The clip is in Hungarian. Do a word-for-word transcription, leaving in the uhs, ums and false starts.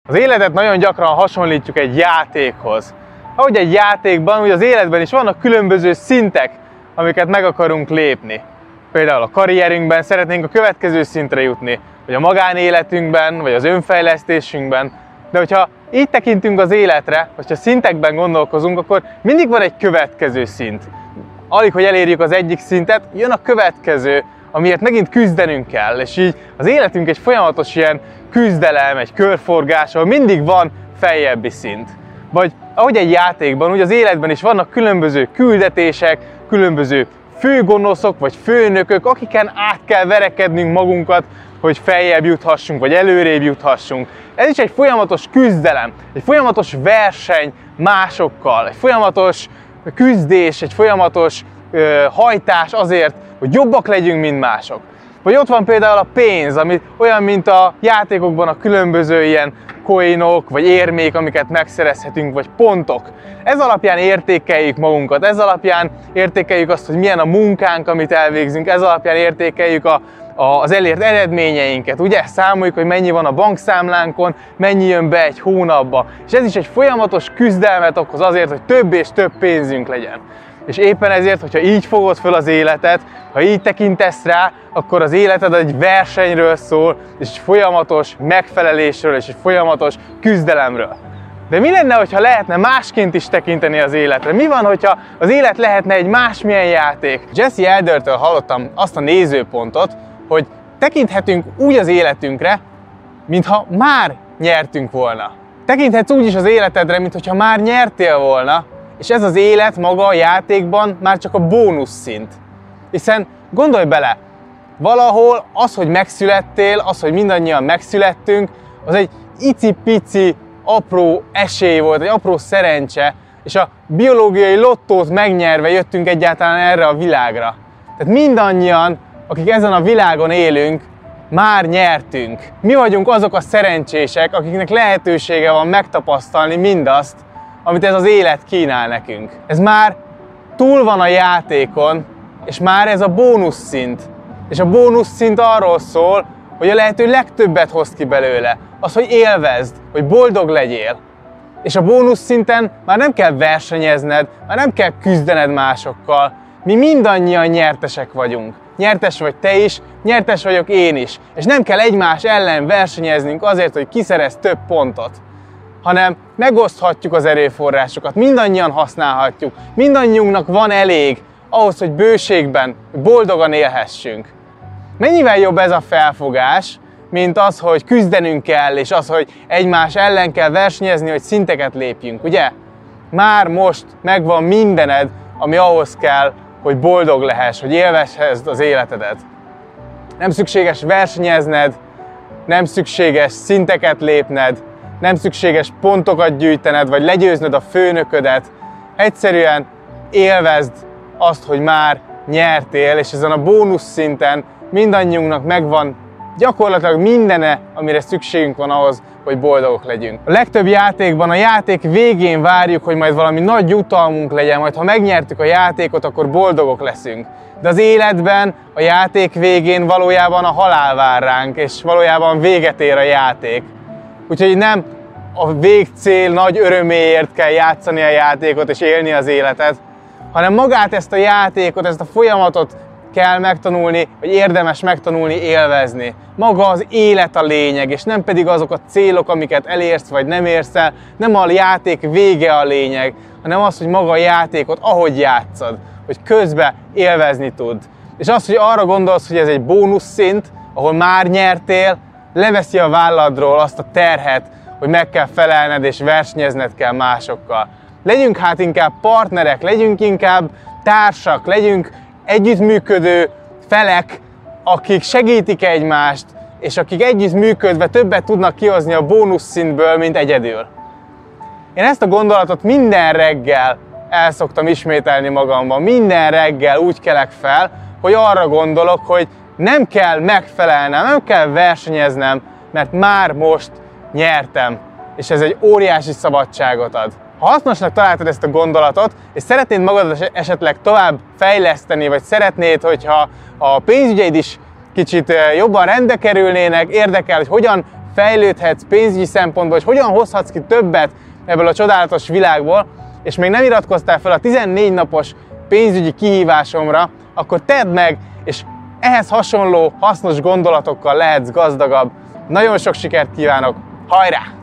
Az életet nagyon gyakran hasonlítjuk egy játékhoz. Ahogy egy játékban, úgy az életben is vannak különböző szintek, amiket meg akarunk lépni. Például a karrierünkben szeretnénk a következő szintre jutni, vagy a magánéletünkben, vagy az önfejlesztésünkben. De hogyha így tekintünk az életre, hogyha szintekben gondolkozunk, akkor mindig van egy következő szint. Alig, hogy elérjük az egyik szintet, jön a következő, amiért megint küzdenünk kell, és így az életünk egy folyamatos ilyen küzdelem, egy körforgás, ahol mindig van feljebbi szint. Vagy ahogy egy játékban, úgy az életben is vannak különböző küldetések, különböző főgonoszok vagy főnökök, akiken át kell verekednünk magunkat, hogy feljebb juthassunk, vagy előrébb juthassunk. Ez is egy folyamatos küzdelem, egy folyamatos verseny másokkal, egy folyamatos küzdés, egy folyamatos ö, hajtás azért, hogy jobbak legyünk, mint mások. Vagy ott van például a pénz, ami olyan, mint a játékokban a különböző ilyen coinok, vagy érmék, amiket megszerezhetünk, vagy pontok. Ez alapján értékeljük magunkat, ez alapján értékeljük azt, hogy milyen a munkánk, amit elvégzünk, ez alapján értékeljük a, a, az elért eredményeinket. Ugye számoljuk, hogy mennyi van a bankszámlánkon, mennyi jön be egy hónapba. És ez is egy folyamatos küzdelmet okoz azért, hogy több és több pénzünk legyen. És éppen ezért, hogyha így fogod föl az életet, ha így tekintesz rá, akkor az életed egy versenyről szól, és egy folyamatos megfelelésről, és egy folyamatos küzdelemről. De mi lenne, hogyha lehetne másként is tekinteni az életre? Mi van, hogyha az élet lehetne egy másmilyen játék? Jesse Eldertől hallottam azt a nézőpontot, hogy tekinthetünk úgy az életünkre, mintha már nyertünk volna. Tekinthetsz úgy is az életedre, mintha már nyertél volna, és ez az élet maga a játékban már csak a bónusz szint. Hiszen gondolj bele, valahol az, hogy megszülettél, az, hogy mindannyian megszülettünk, az egy icipici, apró esély volt, egy apró szerencse, és a biológiai lottót megnyerve jöttünk egyáltalán erre a világra. Tehát mindannyian, akik ezen a világon élünk, már nyertünk. Mi vagyunk azok a szerencsések, akiknek lehetősége van megtapasztalni mindazt, amit ez az élet kínál nekünk. Ez már túl van a játékon, és már ez a bónusz szint. És a bónusz szint arról szól, hogy a lehető legtöbbet hozd ki belőle. Az, hogy élvezd, hogy boldog legyél. És a bónusz szinten már nem kell versenyezned, már nem kell küzdened másokkal. Mi mindannyian nyertesek vagyunk. Nyertes vagy te is, nyertes vagyok én is. És nem kell egymás ellen versenyeznünk azért, hogy ki szerez több pontot, hanem megoszthatjuk az erőforrásokat, mindannyian használhatjuk, mindannyiunknak van elég ahhoz, hogy bőségben, boldogan élhessünk. Mennyivel jobb ez a felfogás, mint az, hogy küzdenünk kell, és az, hogy egymás ellen kell versenyezni, hogy szinteket lépjünk, ugye? Már most megvan mindened, ami ahhoz kell, hogy boldog lehess, hogy élvezhesd az életedet. Nem szükséges versenyezned, nem szükséges szinteket lépned, nem szükséges pontokat gyűjtened, vagy legyőznöd a főnöködet. Egyszerűen élvezd azt, hogy már nyertél, és ezen a bónusz szinten mindannyiunknak megvan gyakorlatilag mindene, amire szükségünk van ahhoz, hogy boldogok legyünk. A legtöbb játékban a játék végén várjuk, hogy majd valami nagy jutalmunk legyen, majd ha megnyertük a játékot, akkor boldogok leszünk. De az életben a játék végén valójában a halál vár ránk, és valójában véget ér a játék. Úgyhogy nem a végcél nagy öröméért kell játszani a játékot és élni az életet, hanem magát ezt a játékot, ezt a folyamatot kell megtanulni, vagy érdemes megtanulni élvezni. Maga az élet a lényeg, és nem pedig azok a célok, amiket elérsz vagy nem érsz el, nem a játék vége a lényeg, hanem az, hogy maga a játékot, ahogy játszod, hogy közben élvezni tud. És az, hogy arra gondolsz, hogy ez egy bónusz szint, ahol már nyertél, leveszi a válladról azt a terhet, hogy meg kell felelned és versenyezned kell másokkal. Legyünk hát inkább partnerek, legyünk inkább társak, legyünk együttműködő felek, akik segítik egymást, és akik együttműködve többet tudnak kihozni a bónusz szintből, mint egyedül. Én ezt a gondolatot minden reggel el szoktam ismételni magamban. Minden reggel úgy kelek fel, hogy arra gondolok, hogy nem kell megfelelnem, nem kell versenyeznem, mert már most nyertem. És ez egy óriási szabadságot ad. Ha hasznosnak találtad ezt a gondolatot, és szeretnéd magadat esetleg tovább fejleszteni, vagy szeretnéd, hogyha a pénzügyeid is kicsit jobban rendbe kerülnének, érdekel, hogy hogyan fejlődhetsz pénzügyi szempontból, hogy hogyan hozhatsz ki többet ebből a csodálatos világból, és még nem iratkoztál fel a tizennégy napos pénzügyi kihívásomra, akkor tedd meg, és ehhez hasonló hasznos gondolatokkal lehetsz gazdagabb. Nagyon sok sikert kívánok, hajrá!